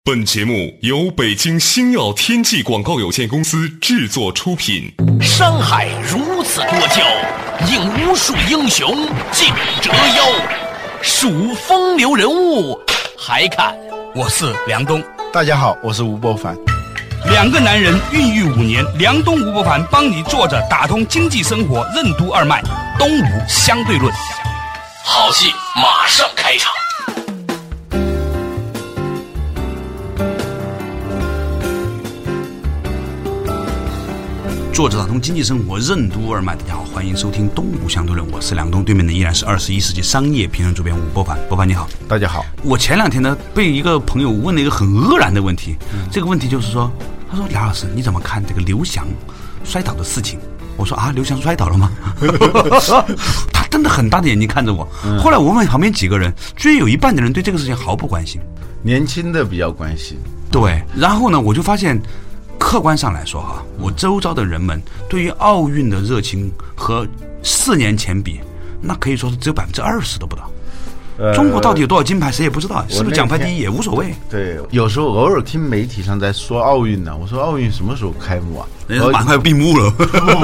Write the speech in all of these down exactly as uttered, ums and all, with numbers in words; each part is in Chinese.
本节目由北京星耀天际广告有限公司制作出品。 山海如此多娇，引无数英雄竞折腰。数风流人物，还看我是梁东。 大家好，我是吴伯凡。 两个男人孕育五年，梁东吴伯凡帮你坐着打通经济生活任督二脉，东吴相对论。 好戏马上开场。 作者打通经济生活任督二脉，大家好，欢迎收听东吴相对论，我是梁东，对面的依然是二十一世纪商业评论主编吴伯凡。伯凡你好。 大家好。 我前两天呢被一个朋友问了一个很愕然的问题、嗯、这个问题就是说，他说梁老师你怎么看这个刘翔摔倒的事情？我说啊，刘翔摔倒了吗？他瞪着很大的眼睛看着我、嗯、后来我问旁边几个人，居然有一半的人对这个事情毫不关心， 年轻的比较关心。 对，然后呢我就发现客观上来说哈，我周遭的人们对于奥运的热情和四年前比，那可以说是只有百分之二十都不到。呃、中国到底有多少金牌，谁也不知道，是不是奖牌第一也无所谓。 对，有时候偶尔听媒体上在说奥运呢，我说奥运什么时候开幕啊？ 人家马上要闭幕了。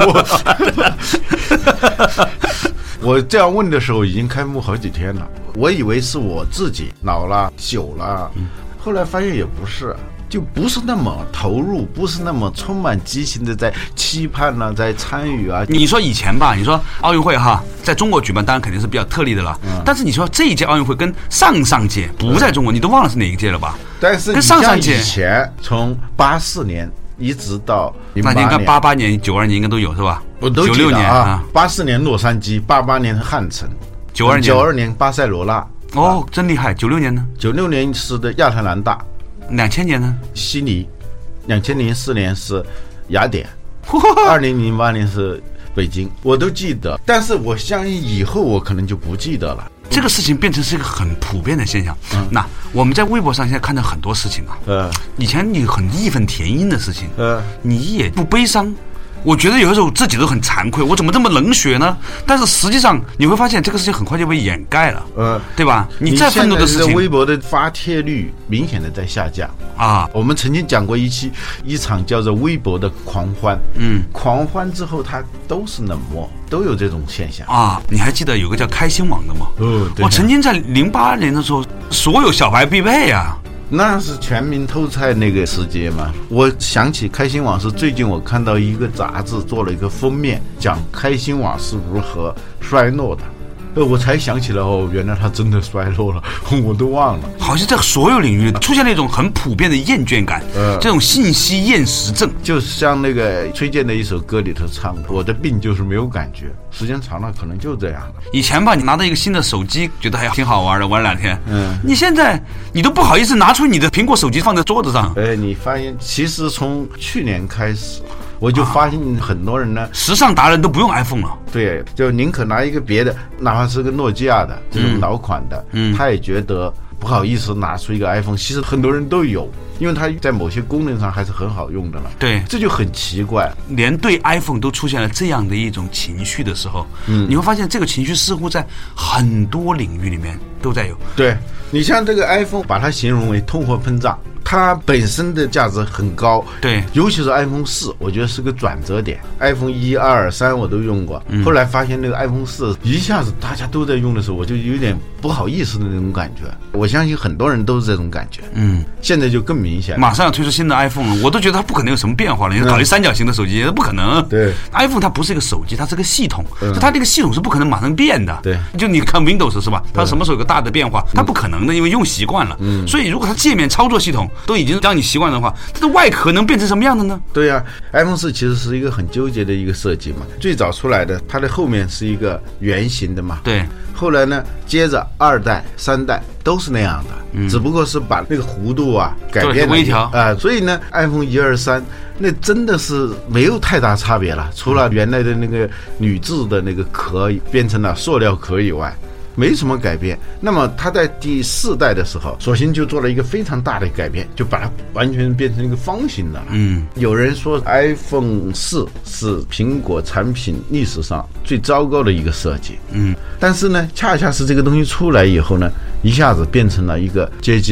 我这样问的时候已经开幕好几天了，我以为是我自己老了久了、嗯、后来发现也不是。就不是那么投入，不是那么充满激情的在期盼呢、啊，在参与啊。 你说以前吧，你说奥运会哈，在中国举办当然肯定是比较特例的了、嗯。但是你说这一届奥运会跟上上届不在中国、嗯，你都忘了是哪一届了吧？ 但是跟上上届以前从八四年一直到零八年， 那你看八八年、九二年应该都有是吧？ 我都记得啊。八四年洛杉矶，八八年汉城， 九二年九二年巴塞罗那。 哦，真厉害！九六年呢？ 九六年是的亚特兰大。 两千年呢？ 悉尼，两千零四年是雅典，二零零八年是北京，我都记得。但是我相信以后我可能就不记得了。 这个事情变成是一个很普遍的现象。嗯、那我们在微博上现在看到很多事情啊，呃，以前你很义愤填膺的事情，呃，你也不悲伤。我觉得有的时候自己都很惭愧，我怎么这么冷血呢？但是实际上你会发现这个事情很快就被掩盖了，呃，对吧？你再愤怒的事情， 微博的发帖率明显的在下降啊。 我们曾经讲过一期一场叫做微博的狂欢，嗯，狂欢之后它都是冷漠，都有这种现象啊。你还记得有个叫开心网的吗？ 哦，对， 我曾经在零八年的时候，所有小白必备啊。 那是全民偷菜那个时节嘛。我想起开心网是最近我看到一个杂志做了一个封面，讲开心网是如何衰落的。呃，我才想起来哦，原来它真的衰落了，我都忘了。 好像在所有领域出现了一种很普遍的厌倦感，呃，这种信息厌食症， 就像那个崔健的一首歌里头唱的：“我的病就是没有感觉。”时间长了，可能就这样了。 以前吧，你拿到一个新的手机，觉得还挺好玩的，玩两天。嗯，你现在你都不好意思拿出你的苹果手机放在桌子上。 哎，你发现其实从去年开始。我就发现很多人呢， 时尚达人都不用 iPhone 了， 对，就宁可拿一个别的，哪怕是个诺基亚的这种老款的，嗯，他也觉得不好意思拿出一个 iPhone。其实很多人都有，因为它在某些功能上还是很好用的了。 对， 这就很奇怪， 连对 iPhone 都出现了这样的一种情绪的时候，嗯，你会发现这个情绪似乎在很多领域里面都在有。 对，你像这个 iPhone， 把它形容为通货膨胀。它本身的价值很高， 对， 尤其是 iPhone 四，我觉得是个转折点。iPhone 一、二、三我都用过、嗯，后来发现那个 iPhone 四一下子大家都在用的时候，我就有点不好意思的那种感觉。我相信很多人都是这种感觉，嗯，现在就更明显了。 马上要推出新的 iPhone 了，我都觉得它不可能有什么变化了。你考虑三角形的手机，不可能。 对 ，iPhone 它不是一个手机，它是个系统，嗯、它这个系统是不可能马上变的。 对， 就你看 Windows 是吧？它什么时候有个大的变化？它不可能的，因为用习惯了。嗯，所以如果它界面操作系统都已经让你习惯的话，它的外壳能变成什么样的呢？ 对呀、啊、，iPhone 四其实是一个很纠结的一个设计嘛。最早出来的，它的后面是一个圆形的嘛。 对。 后来呢，接着二代、三代都是那样的，嗯、只不过是把那个弧度啊改变了微调啊、 呃。所以呢 ，iPhone 一二三那真的是没有太大差别了，除了原来的那个铝制的那个壳变成了塑料壳以外。没什么改变。那么它在第四代的时候，索性就做了一个非常大的改变，就把它完全变成一个方形的。嗯，有人说 iPhone 四是苹果产品历史上最糟糕的一个设计。嗯，但是呢，恰恰是这个东西出来以后呢，一下子变成了一个阶级了。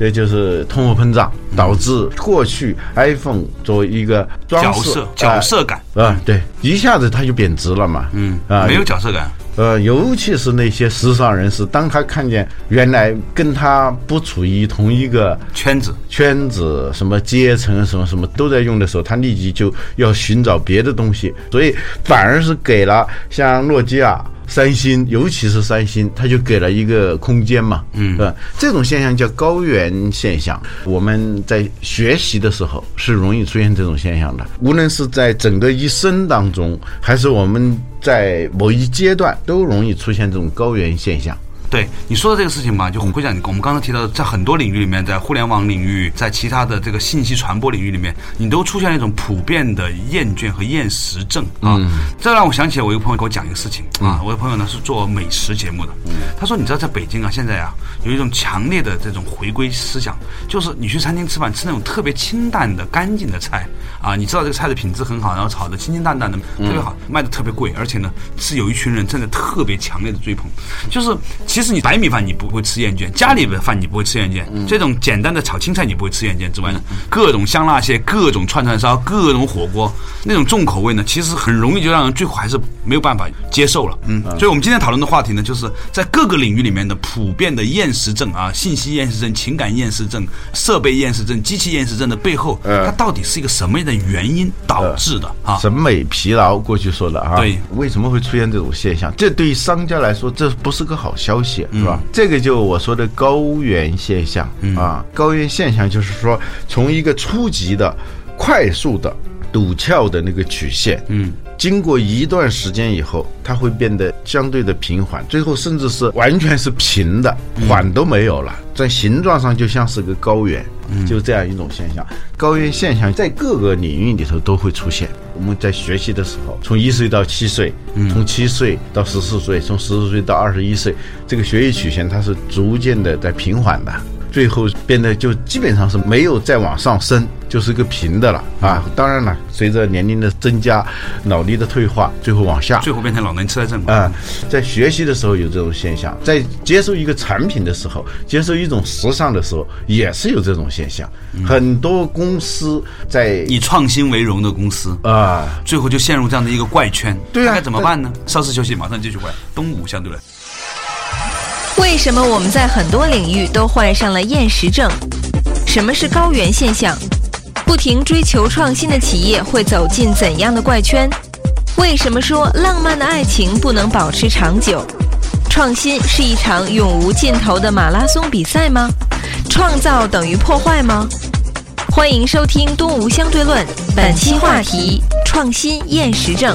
这就是通货膨胀导致过去 iPhone 作为一个装角饰色角色感啊、呃，对，一下子它就贬值了嘛， 嗯啊、呃，没有角色感。 呃，尤其是那些时尚人士，当他看见原来跟他不处于同一个圈子、 圈子、什么阶层、什么什么都在用的时候，他立即就要寻找别的东西，所以反而是给了像诺基亚、三星，尤其是三星，它就给了一个空间嘛，嗯，呃，这种现象叫高原现象。我们在学习的时候是容易出现这种现象的，无论是在整个一生当中，还是我们在某一阶段，都容易出现这种高原现象。 对你说的这个事情嘛，就回想我们刚才提到的，在很多领域里面，在互联网领域，在其他的这个信息传播领域里面，你都出现了一种普遍的厌倦和厌食症啊。嗯、这让我想起来，我一个朋友给我讲一个事情啊，我的朋友呢是做美食节目的，他说你知道在北京啊，现在啊有一种强烈的这种回归思想，就是你去餐厅吃饭吃那种特别清淡的、干净的菜啊，你知道这个菜的品质很好，然后炒的清清淡淡的，特别好，卖的特别贵，而且呢是有一群人真的特别强烈的追捧，就是其实你白米饭你不会吃厌倦，家里的饭你不会吃厌倦，这种简单的炒青菜你不会吃厌倦之外呢，各种香辣蟹、各种串串烧、各种火锅，那种重口味呢，其实很容易就让人最后还是没有办法接受了。嗯，所以我们今天讨论的话题呢，就是在各个领域里面的普遍的厌食症啊，信息厌食症、情感厌食症、设备厌食症、机器厌食症的背后，它到底是一个什么样的原因导致的啊？ 审美疲劳，过去说的啊， 对， 为什么会出现这种现象？这对于商家来说，这不是个好消息。是吧？这个就我说的高原现象啊，高原现象就是说，从一个初级的、快速的、陡峭的那个曲线，嗯，经过一段时间以后，它会变得相对的平缓，最后甚至是完全是平的，缓都没有了，在形状上就像是个高原，就这样一种现象。高原现象在各个领域里头都会出现。我们在学习的时候，从一岁到七岁，从七岁到十四岁，从十四岁到二十一岁，这个学习曲线它是逐渐的在平缓的，最后变得就基本上是没有再往上升，就是个平的了啊。当然了，随着年龄的增加，脑力的退化，最后往下， 最后变成老年痴呆症啊。在学习的时候有这种现象，在接受一个产品的时候，接受一种时尚的时候，也是有这种现象。嗯、很多公司在以创新为荣的公司啊，最后就陷入这样的一个怪圈。 对啊， 该怎么办呢？稍事休息，马上继续回来。东吴相对论。 为什么我们在很多领域都患上了厌食症？什么是高原现象？不停追求创新的企业会走进怎样的怪圈？为什么说浪漫的爱情不能保持长久？创新是一场永无尽头的马拉松比赛吗？创造等于破坏吗？欢迎收听《东吴相对论》，本期话题：创新厌食症。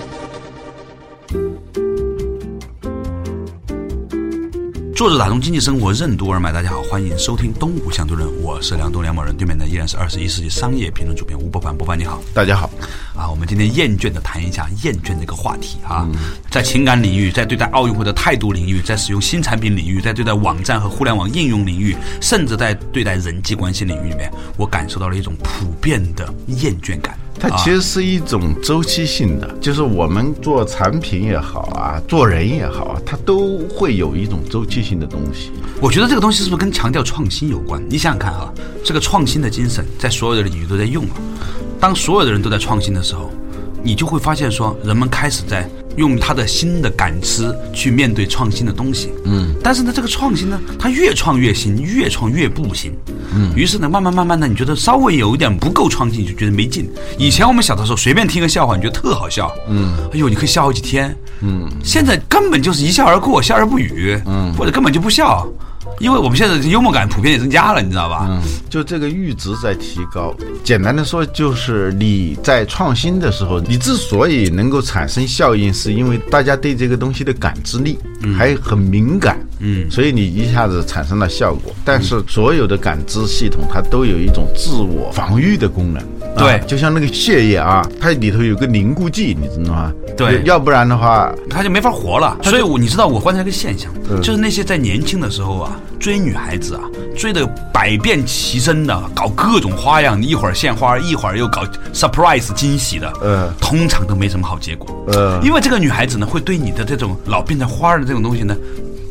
作者打通经济生活任督二脉，大家好，欢迎收听东吴相对论，我是梁东梁某人，对面的依然是二十一世纪商业评论主编吴伯凡。伯凡你好。 大家好啊，我们今天厌倦的谈一下厌倦这个话题啊，嗯、在情感领域，在对待奥运会的态度领域，在使用新产品领域，在对待网站和互联网应用领域，甚至在对待人际关系领域里面，我感受到了一种普遍的厌倦感。 它其实是一种周期性的，啊、就是我们做产品也好啊，做人也好啊，它都会有一种周期性的东西。 我觉得这个东西是不是跟强调创新有关？你想想看啊，这个创新的精神在所有的领域都在用了。当所有的人都在创新的时候，你就会发现说，人们开始在用他的新的感知去面对创新的东西。嗯，但是呢，这个创新呢，它越创越新，越创越不行。嗯，于是呢，慢慢慢慢的，你觉得稍微有一点不够创新，你就觉得没劲。以前我们小的时候，随便听个笑话，你觉得特好笑。嗯，哎呦，你可以笑好几天。嗯，现在根本就是一笑而过，笑而不语。嗯，或者根本就不笑。因为我们现在幽默感普遍也增加了，你知道吧？嗯， 就这个阈值在提高。简单的说，就是你在创新的时候，你之所以能够产生效应，是因为大家对这个东西的感知力还很敏感。嗯，所以你一下子产生了效果。但是所有的感知系统，它都有一种自我防御的功能。 对， 啊、就像那个血液啊，它里头有个凝固剂，你知道吗？ 对， 要不然的话， 它就没法活了。所以我你知道，我观察一个现象，嗯、就是那些在年轻的时候啊，追女孩子啊，追的百变齐身的，搞各种花样，一会儿献花，一会儿又搞 surprise 惊喜的，呃，通常都没什么好结果。呃，因为这个女孩子呢，会对你的这种老变成花的这种东西呢，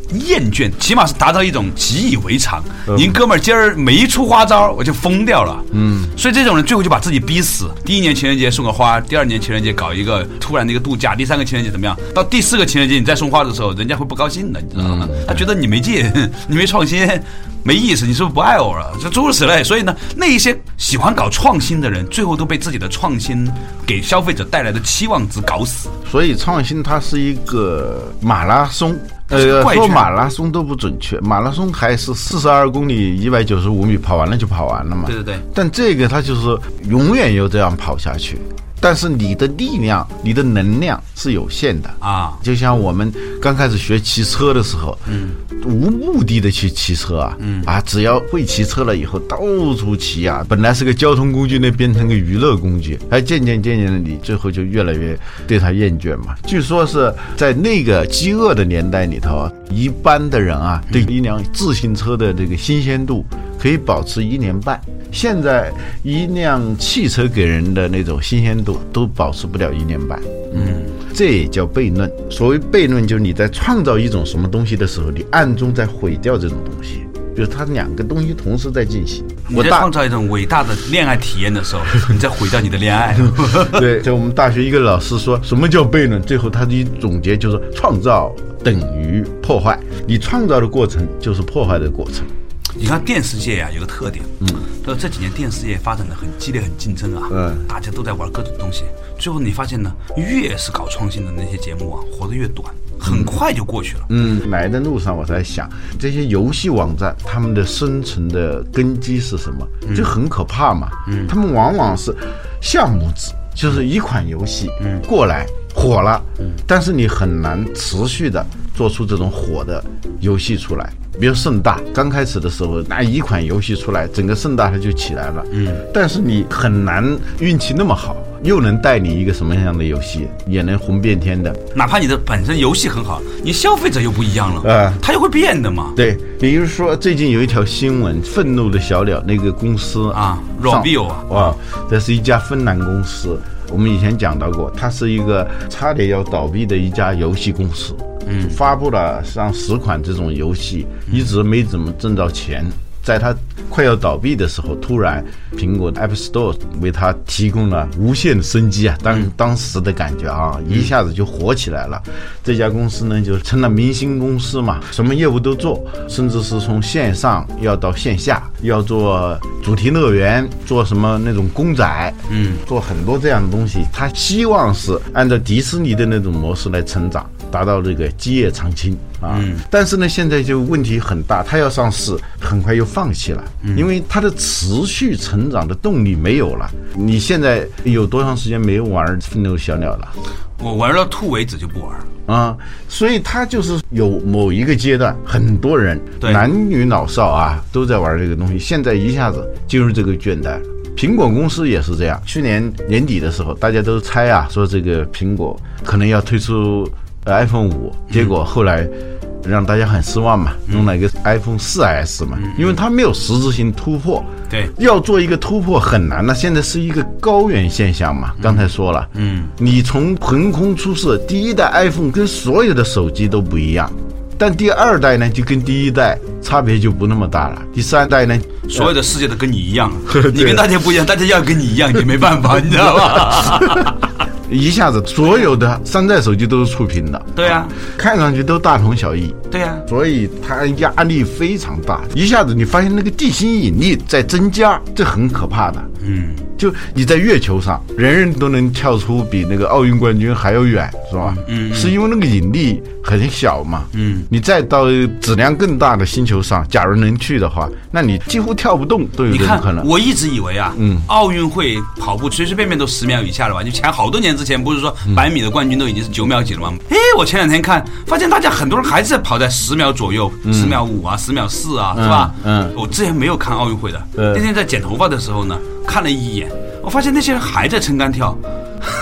厌倦，起码是达到一种习以为常。您哥们儿今儿没出花招，我就疯掉了。嗯，所以这种人最后就把自己逼死。第一年情人节送个花，第二年情人节搞一个突然的一个度假，第三个情人节怎么样？到第四个情人节你再送花的时候，人家会不高兴的，你知道吗？他觉得你没劲，你没创新，没意思，你是不是不爱我了？就诸如此类。所以呢，那一些喜欢搞创新的人，最后都被自己的创新给消费者带来的期望值搞死。 所以创新它是一个马拉松。呃，说马拉松都不准确，马拉松还是四十二公里一百九十五米，跑完了就跑完了嘛。 对对对。 但这个它就是永远要这样跑下去，但是你的力量、你的能量是有限的啊。就像我们刚开始学骑车的时候，嗯，无目的的去骑车啊，嗯啊，只要会骑车了以后，到处骑啊，本来是个交通工具呢，变成个娱乐工具，还渐渐渐渐的，你最后就越来越对它厌倦嘛。据说是在那个饥饿的年代里头，一般的人啊，对一辆自行车的这个新鲜度可以保持一年半。现在一辆汽车给人的那种新鲜度都保持不了一年半。嗯，这也叫悖论。所谓悖论，就是你在创造一种什么东西的时候，你暗中在毁掉这种东西。比如它两个东西同时在进行。 你在创造一种伟大的恋爱体验的时候，你在毁掉你的恋爱。 对，就我们大学一个老师说什么叫悖论，最后他一总结就是创造等于破坏，你创造的过程就是破坏的过程。 你看电视界啊，有个特点，嗯，就这几年电视业发展的很激烈、很竞争啊，嗯，大家都在玩各种东西。最后你发现呢，越是搞创新的那些节目啊，活得越短，很快就过去了。 嗯，来的路上我在想，这些游戏网站他们的生存的根基是什么？就很可怕嘛。嗯，他们往往是项目制，就是一款游戏，嗯，过来火了，嗯，但是你很难持续的做出这种火的游戏出来。比如盛大刚开始的时候，那一款游戏出来，整个盛大它就起来了。嗯，但是你很难运气那么好，又能带你一个什么样的游戏，也能红遍天的。 哪怕你的本身游戏很好，你消费者又不一样了，呃，它又会变的嘛。 对，比如说最近有一条新闻，愤怒的小鸟那个公司啊 ，Rovio 啊， 哇，这是一家芬兰公司。我们以前讲到过，它是一个差点要倒闭的一家游戏公司。嗯，发布了上十款这种游戏，一直没怎么挣到钱。在它快要倒闭的时候，突然苹果的 App Store 为它提供了无限的生机啊！当当时的感觉啊，一下子就火起来了。这家公司呢，就成了明星公司嘛，什么业务都做，甚至是从线上要到线下，要做主题乐园，做什么那种公仔，嗯，做很多这样的东西。他希望是按照迪士尼的那种模式来成长，达到这个基业长青啊。嗯，但是呢，现在就问题很大，它要上市，很快又放弃了，因为它的持续成长的动力没有了。你现在有多长时间没有玩愤怒小鸟了？ 我玩到吐为止就不玩啊、嗯，所以它就是有某一个阶段，很多人男女老少啊都在玩这个东西，现在一下子进入这个倦怠了。苹果公司也是这样，去年年底的时候，大家都猜啊，说这个苹果可能要推出 iPhone 五，结果后来让大家很失望嘛，弄了一个 iPhone 四 S 嘛，因为它没有实质性突破。 对， 要做一个突破很难了，现在是一个高原现象嘛，刚才说了，嗯，你从横空出世，第一代 iPhone 跟所有的手机都不一样，但第二代呢，就跟第一代差别就不那么大了，第三代呢， 所有的世界都跟你一样，你跟大家不一样，大家要跟你一样，你没办法，你知道吧？ 一下子所有的山寨手机都是触屏的， 对啊， 看上去都大同小异， 对啊， 所以它压力非常大。一下子你发现那个地心引力在增加，这很可怕的。嗯，就你在月球上，人人都能跳出比那个奥运冠军还要远，是吧？嗯，是因为那个引力很小嘛。嗯，你再到质量更大的星球上，假如能去的话，那你几乎跳不动都有这个可能。 我一直以为啊，嗯，奥运会跑步随随便便都十秒以下了吧？就前好多年之前不是说百米的冠军都已经是九秒几了吗？哎、嗯，我前两天看，发现大家很多人还是在跑在十秒左右，十、嗯、秒五啊，十秒四啊，是吧？嗯，我之前没有看奥运会的，那天在剪头发的时候呢，看了一眼。我发现那些人还在撑杆跳，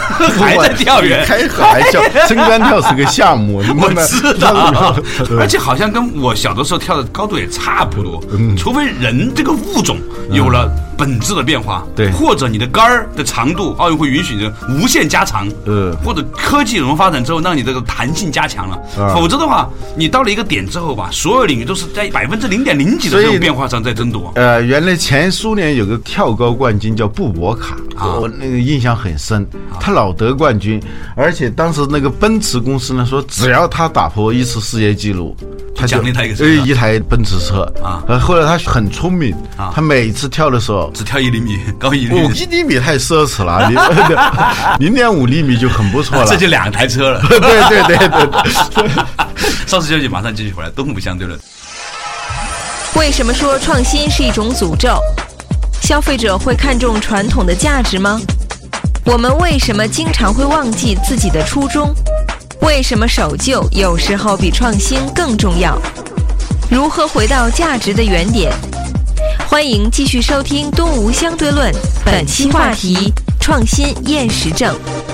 还在跳远， 开个玩笑，撑杆跳是个项目， 我知道，而且好像跟我小的时候跳的高度也差不多，嗯、除非人这个物种有了本质的变化， 对、嗯， 或者你的杆儿的长度，奥运会允许你无限加长，呃，或者科技融发展之后让你这个弹性加强了，嗯、否则的话，你到了一个点之后吧，所有领域都是在百分之零点零几的这种变化上在争夺。 呃，原来前苏联有个跳高冠军叫布博卡，啊、我那个印象很深，啊、他老得冠军，而且当时那个奔驰公司呢说，只要他打破一次世界纪录，他奖励他一个车， 一台奔驰车啊。呃，后来他很聪明啊，他每次跳的时候只跳一厘米，高一厘米， 五厘米太奢侈了，零点五厘米就很不错了， 这就两台车了。 对对对对对。 稍事休息，马上继续回来，东吴相对论。 为什么说创新是一种诅咒？消费者会看重传统的价值吗？我们为什么经常会忘记自己的初衷？为什么守旧有时候比创新更重要？如何回到价值的原点？欢迎继续收听《东吴相对论》，本期话题：创新厌食症。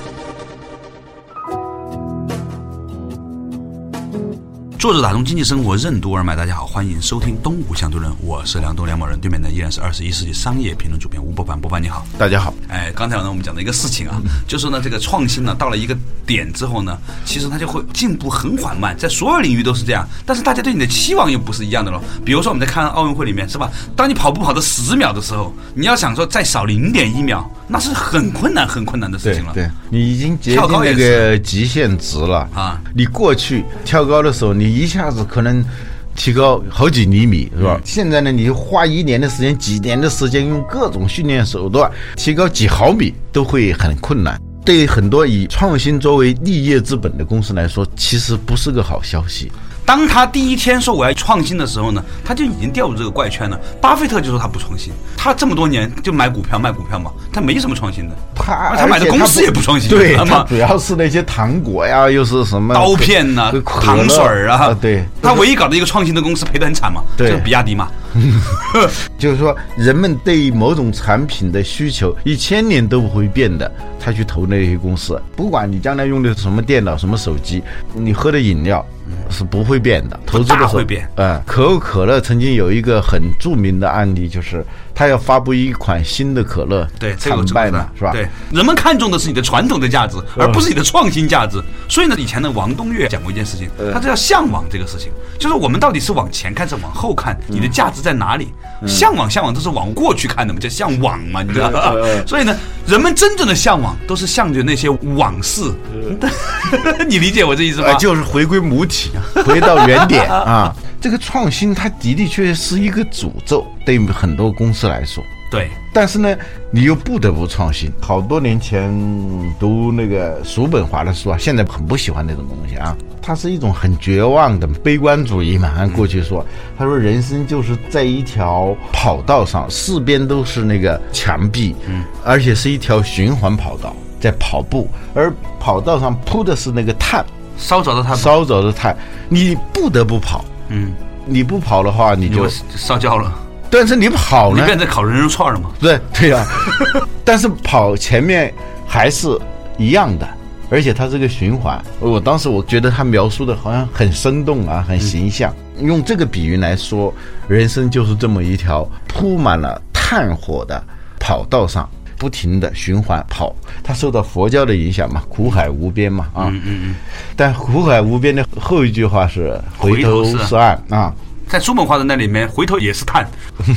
作者打通经济生活任督二脉，大家好，欢迎收听东吴相对论，我是梁东梁某人，对面的依然是二十一世纪商业评论主编吴伯凡，伯凡你好。 大家好。 哎，刚才呢我们讲的一个事情啊，嗯、就是呢这个创新呢到了一个点之后呢，其实它就会进步很缓慢，在所有领域都是这样，但是大家对你的期望又不是一样的了。比如说我们在看奥运会里面是吧，当你跑步跑到十秒的时候，你要想说再少零点一秒，那是很困难很困难的事情了。 对，对你已经接近那个极限值了啊！你过去跳高的时候，你一下子可能提高好几厘米，是吧？嗯、现在呢，你花一年的时间、几年的时间，用各种训练手段提高几毫米，都会很困难。对于很多以创新作为立业之本的公司来说，其实不是个好消息。 当他第一天说我要创新的时候呢，他就已经掉入这个怪圈了。巴菲特就说他不创新，他这么多年就买股票卖股票嘛，他没什么创新的。 他他买的公司也不创新， 对，他主要是那些糖果呀，又是什么刀片呐、啊、糖水啊, 啊。 对， 他唯一搞的一个创新的公司赔得很惨嘛， 对， 就是比亚迪嘛。 就是说，人们对某种产品的需求一千年都不会变的，他去投那些公司，不管你将来用的什么电脑、什么手机，你喝的饮料。是不会变的，投资的时候会变。 嗯，可口可乐曾经有一个很著名的案例，就是他要发布一款新的可乐， 对， 惨败嘛，是吧？ 对，人们看重的是你的传统的价值，而不是你的创新价值。嗯、所以呢，以前的王东岳讲过一件事情，他就叫向往这个事情，就是我们到底是往前看，是往后看，你的价值在哪里？嗯、向往，向往都是往过去看的嘛，叫向往嘛，你知道吧？嗯、所以呢，人们真正的向往都是向着那些往事。嗯、你理解我这意思吗？ 呃、就是回归母体。回到原点啊！这个创新它的的确确是一个诅咒，对于很多公司来说。 对， 但是呢，你又不得不创新。好多年前读那个叔本华的书啊，现在很不喜欢那种东西啊。它是一种很绝望的悲观主义嘛。按过去说，他说人生就是在一条跑道上，四边都是那个墙壁，嗯，而且是一条循环跑道，在跑步，而跑道上铺的是那个碳。 烧着的碳， 烧着的碳，你不得不跑。嗯，你不跑的话，你就烧焦了。 但是你跑呢， 你变成烤人肉串了嘛？ 对对呀、啊。但是跑前面还是一样的，而且它是个循环。我当时我觉得他描述的好像很生动啊，很形象。嗯、用这个比喻来说，人生就是这么一条铺满了炭火的跑道上。不停的循环跑，它受到佛教的影响嘛，苦海无边嘛啊，嗯嗯嗯。但苦海无边的后一句话是回头是岸啊， 在叔本华的那里面，回头也是碳，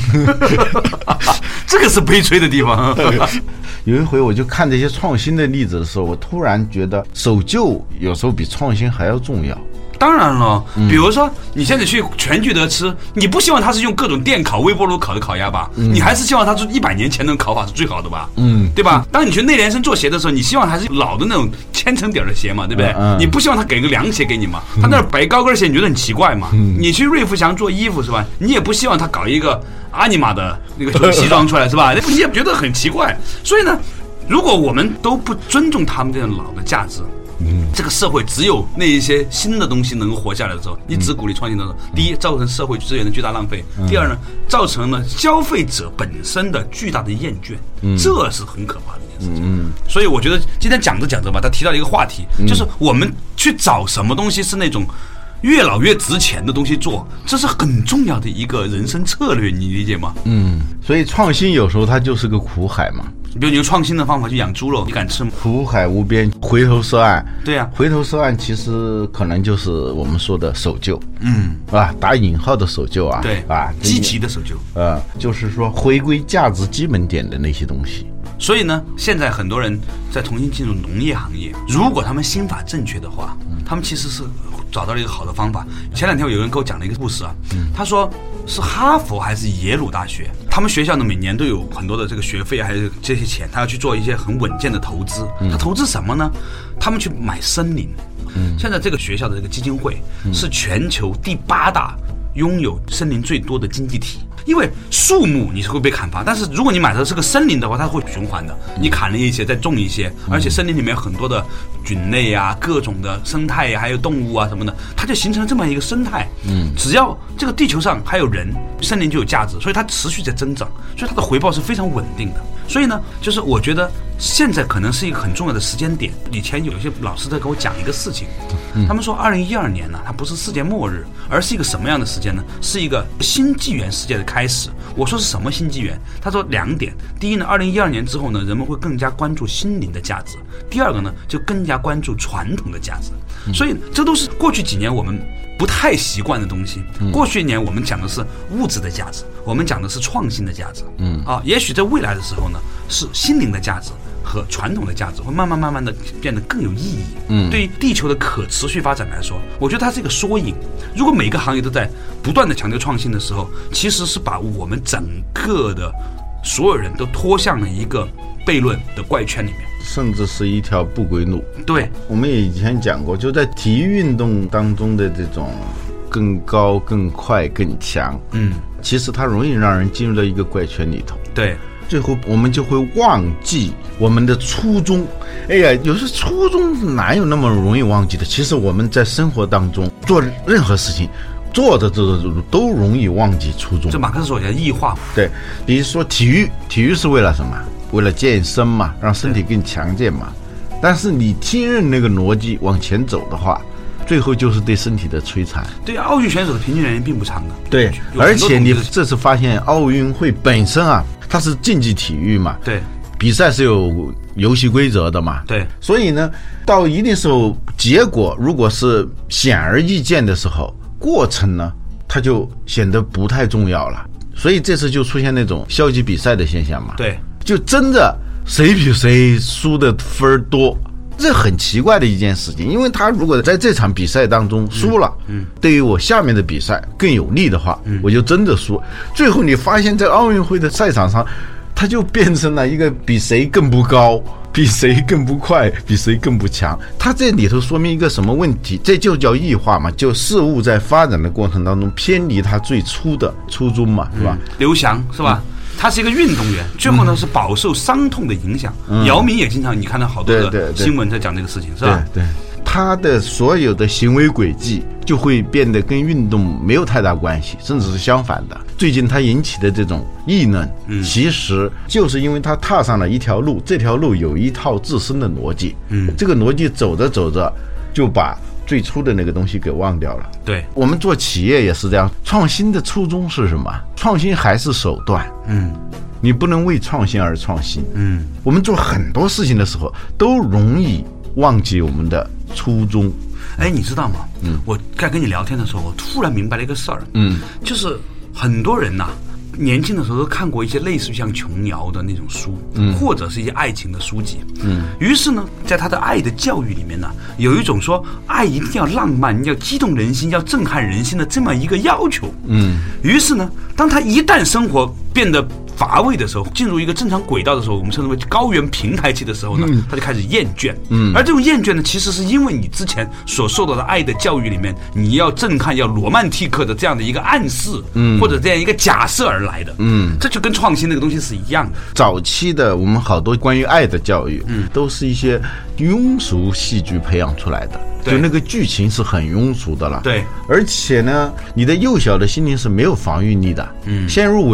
这个是悲催的地方。 有一回我就看这些创新的例子的时候，我突然觉得守旧有时候比创新还要重要。 当然了，比如说你现在去全聚德吃，你不希望它是用各种电烤、微波炉烤的烤鸭吧？嗯、你还是希望它是一百年前的烤法是最好的吧？嗯，对吧？当你去内联升做鞋的时候，你希望还是老的那种千层底的鞋嘛，对不对？嗯嗯、你不希望他给个凉鞋给你嘛？他那白高跟鞋你觉得很奇怪嘛？嗯、你去瑞福祥做衣服是吧？你也不希望他搞一个阿尼玛的那个西装出来是吧？你也觉得很奇怪。所以呢，如果我们都不尊重他们这种老的价值。嗯，这个社会只有那一些新的东西能够活下来的时候，你只鼓励创新的时候，嗯、第一造成社会资源的巨大浪费，嗯、第二呢，造成了消费者本身的巨大的厌倦，嗯、这是很可怕的。 事情。嗯，所以我觉得今天讲着讲着吧，他提到了一个话题，嗯、就是我们去找什么东西是那种越老越值钱的东西做，这是很重要的一个人生策略，你理解吗？ 嗯，所以创新有时候它就是个苦海嘛。 比如你用创新的方法去养猪肉，你敢吃吗？ 苦海无边，回头是岸。 对啊， 回头是岸其实可能就是我们说的守旧，嗯，啊，打引号的守旧啊， 对啊，积极的守旧， 呃，就是说回归价值基本点的那些东西。 所以呢，现在很多人在重新进入农业行业，如果他们心法正确的话，他们其实是找到了一个好的方法。前两天有人给我讲了一个故事啊，他说是哈佛还是耶鲁大学，他们学校呢每年都有很多的这个学费还有这些钱，他要去做一些很稳健的投资。他投资什么呢？他们去买森林。现在这个学校的这个基金会是全球第八大拥有森林最多的经济体。因为树木你是会被砍伐，但是如果你买的是个森林的话，它会循环的。你砍了一些，再种一些，而且森林里面有很多的菌类啊、各种的生态呀、还有动物啊什么的，它就形成了这么一个生态。嗯，只要这个地球上还有人，森林就有价值，所以它持续在增长，所以它的回报是非常稳定的。所以呢，就是我觉得现在可能是一个很重要的时间点。以前有一些老师在跟我讲一个事情，他们说二零一二年呢，它不是世界末日，而是一个什么样的时间呢？是一个新纪元世界的开始。我说是什么新纪元？他说两点。第一呢，二零一二年之后呢，人们会更加关注心灵的价值；第二个呢，就更加关注传统的价值。所以这都是过去几年我们不太习惯的东西。过去一年我们讲的是物质的价值，我们讲的是创新的价值。嗯啊，也许在未来的时候呢，是心灵的价值和传统的价值会慢慢慢慢的变得更有意义。嗯，对于地球的可持续发展来说，我觉得它是一个缩影。如果每个行业都在不断的强调创新的时候，其实是把我们整个的所有人都拖向了一个悖论的怪圈里面， 甚至是一条不归路。 对， 我们也以前讲过，就在体育运动当中的这种更高、更快、更强，嗯，其实它容易让人进入到一个怪圈里头。 对。 最后我们就会忘记我们的初衷。哎呀，有时初衷哪有那么容易忘记的？其实我们在生活当中做任何事情，做着做着都容易忘记初衷。 这马克思所讲异化。 对，比如说体育，体育是为了什么？为了健身嘛，让身体更强健嘛。但是你听任那个逻辑往前走的话，最后就是对身体的摧残。 对，奥运选手的平均年龄并不长的。 对，而且你这次发现奥运会本身啊，它是竞技体育嘛， 对， 比赛是有游戏规则的嘛， 对， 所以呢，到一定时候，结果如果是显而易见的时候，过程呢，它就显得不太重要了。所以这次就出现那种消极比赛的现象嘛， 对， 就真的谁比谁输的分多。这很奇怪的一件事情，因为他如果在这场比赛当中输了，嗯，嗯对于我下面的比赛更有利的话，嗯，我就真的输。最后你发现，在奥运会的赛场上，它就变成了一个比谁更不高、比谁更不快、比谁更不强。它这里头说明一个什么问题？这就叫异化嘛，就事物在发展的过程当中偏离它最初的初衷嘛，是吧？ 嗯、刘翔是吧？嗯，他是一个运动员，最后呢是饱受伤痛的影响。嗯、姚明也经常，你看到好多的新闻在讲这个事情，是吧？ 对，对他的所有的行为轨迹就会变得跟运动没有太大关系，甚至是相反的。最近他引起的这种议论，嗯、其实就是因为他踏上了一条路，这条路有一套自身的逻辑，嗯，这个逻辑走着走着就把最初的那个东西给忘掉了。 对， 我们做企业也是这样，创新的初衷是什么？创新还是手段？嗯，你不能为创新而创新。嗯，我们做很多事情的时候都容易忘记我们的初衷。 哎，你知道吗？嗯，我在跟你聊天的时候，我突然明白了一个事儿。嗯，就是很多人呐、啊，年轻的时候都看过一些类似于像琼瑶的那种书，嗯，或者是一些爱情的书籍，嗯，于是呢，在他的爱的教育里面呢，有一种说爱一定要浪漫，要激动人心，要震撼人心的这么一个要求，嗯，于是呢，当他一旦生活变得乏味的时候，进入一个正常轨道的时候，我们称之为高原平台期的时候呢，嗯、他就开始厌倦。嗯，而这种厌倦呢，其实是因为你之前所受到的爱的教育里面，你要震撼、要罗曼蒂克的这样的一个暗示，嗯，或者这样一个假设而来的。嗯，这就跟创新那个东西是一样的。 早期的我们好多关于爱的教育，嗯，都是一些庸俗戏剧培养出来的。就那个剧情是很庸俗的了， 对， 而且呢，你的幼小的心灵是没有防御力的，嗯，先入为主，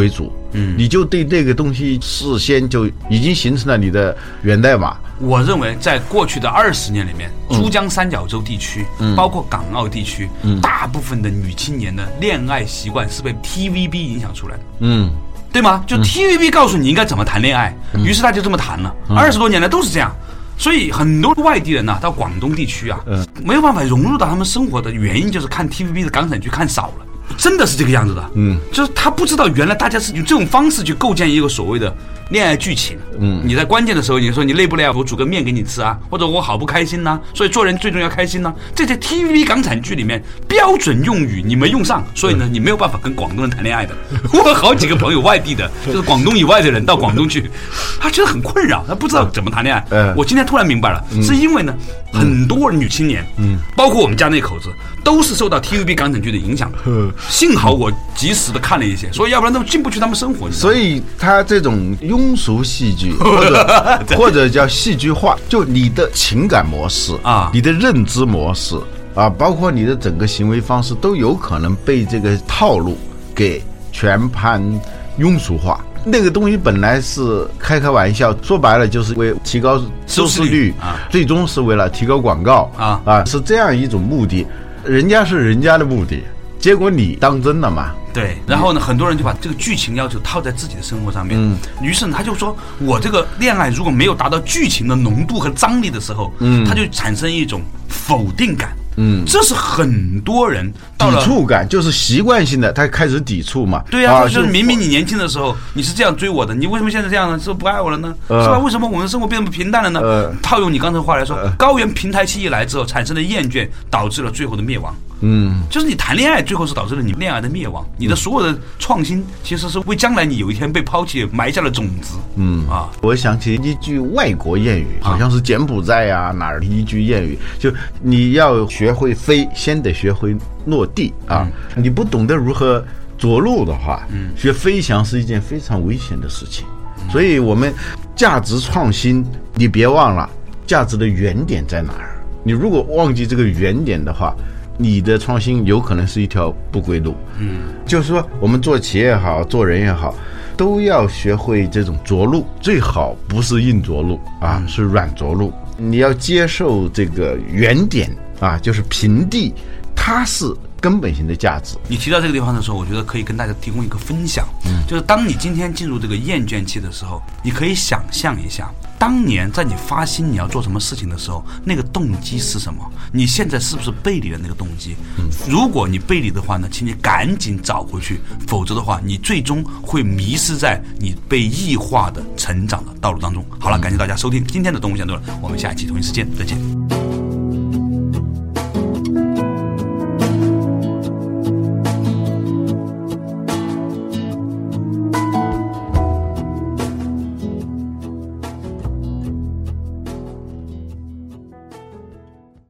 嗯，你就对这个东西事先就已经形成了你的源代码。 我认为在过去的二十年里面，珠江三角洲地区，嗯、包括港澳地区，嗯、大部分的女青年的恋爱习惯是被 T V B 影响出来的。嗯，对吗？就 T V B 告诉你应该怎么谈恋爱，嗯、于是他就这么谈了。二十多年来都是这样。所以很多外地人呐、啊，到广东地区啊，嗯、没有办法融入到他们生活的原因就是看 T V B 的港产剧看少了。真的是这个样子的，嗯，就是他不知道原来大家是用这种方式去构建一个所谓的恋爱剧情，嗯，你在关键的时候，你说你累不累啊？我煮个面给你吃啊，或者我好不开心呐、啊，所以做人最重要开心呐、啊。这在 T V B 港产剧里面标准用语你没用上，所以呢，你没有办法跟广东人谈恋爱的。我好几个朋友外地的，就是广东以外的人到广东去，他觉得很困扰，他不知道怎么谈恋爱。嗯，我今天突然明白了，是因为呢，很多女青年，嗯，包括我们家那口子，都是受到 T V B 港产剧的影响的。幸好我及时的看了一些，所以要不然都进不去他们生活。 所以他这种庸俗戏剧，或者或者叫戏剧化，就你的情感模式啊，你的认知模式啊，包括你的整个行为方式，都有可能被这个套路给全盘庸俗化。那个东西本来是开开玩笑，说白了就是为提高收视率啊，最终是为了提高广告啊啊，是这样一种目的。人家是人家的目的，结果你当真了嘛？ 对，然后呢，很多人就把这个剧情要求套在自己的生活上面，嗯，于是呢他就说，我这个恋爱如果没有达到剧情的浓度和张力的时候，嗯，他就产生一种否定感。嗯，这是很多人到了抵触感，就是习惯性的，他开始抵触嘛。 对啊，就是明明你年轻的时候你是这样追我的，你为什么现在这样呢？是不是不爱我了呢？呃、是吧？为什么我们的生活变得平淡了呢？呃、套用你刚才的话来说，呃、高原平台期一来之后产生的厌倦，导致了最后的灭亡。嗯，就是你谈恋爱，最后是导致了你恋爱的灭亡。你的所有的创新，其实是为将来你有一天被抛弃埋下了种子。嗯啊， 我想起一句外国谚语，好像是柬埔寨啊哪儿的一句谚语，就你要学会飞，先得学会落地啊！嗯、你不懂得如何着陆的话，嗯，学飞翔是一件非常危险的事情。嗯、所以我们价值创新，你别忘了价值的原点在哪儿。你如果忘记这个原点的话，你的创新有可能是一条不归路。嗯，就是说我们做企业也好，做人也好，都要学会这种着陆，最好不是硬着陆啊，嗯、是软着陆。你要接受这个原点啊，就是平地，它是根本性的价值。 你提到这个地方的时候，我觉得可以跟大家提供一个分享，嗯，就是当你今天进入这个厌倦期的时候，你可以想象一下，当年在你发心你要做什么事情的时候，那个动机是什么？你现在是不是背离了那个动机？嗯，如果你背离的话呢，请你赶紧找回去，否则的话，你最终会迷失在你被异化的成长的道路当中。好了，感谢大家收听今天的动物相对论，我们下一期同一时间再见。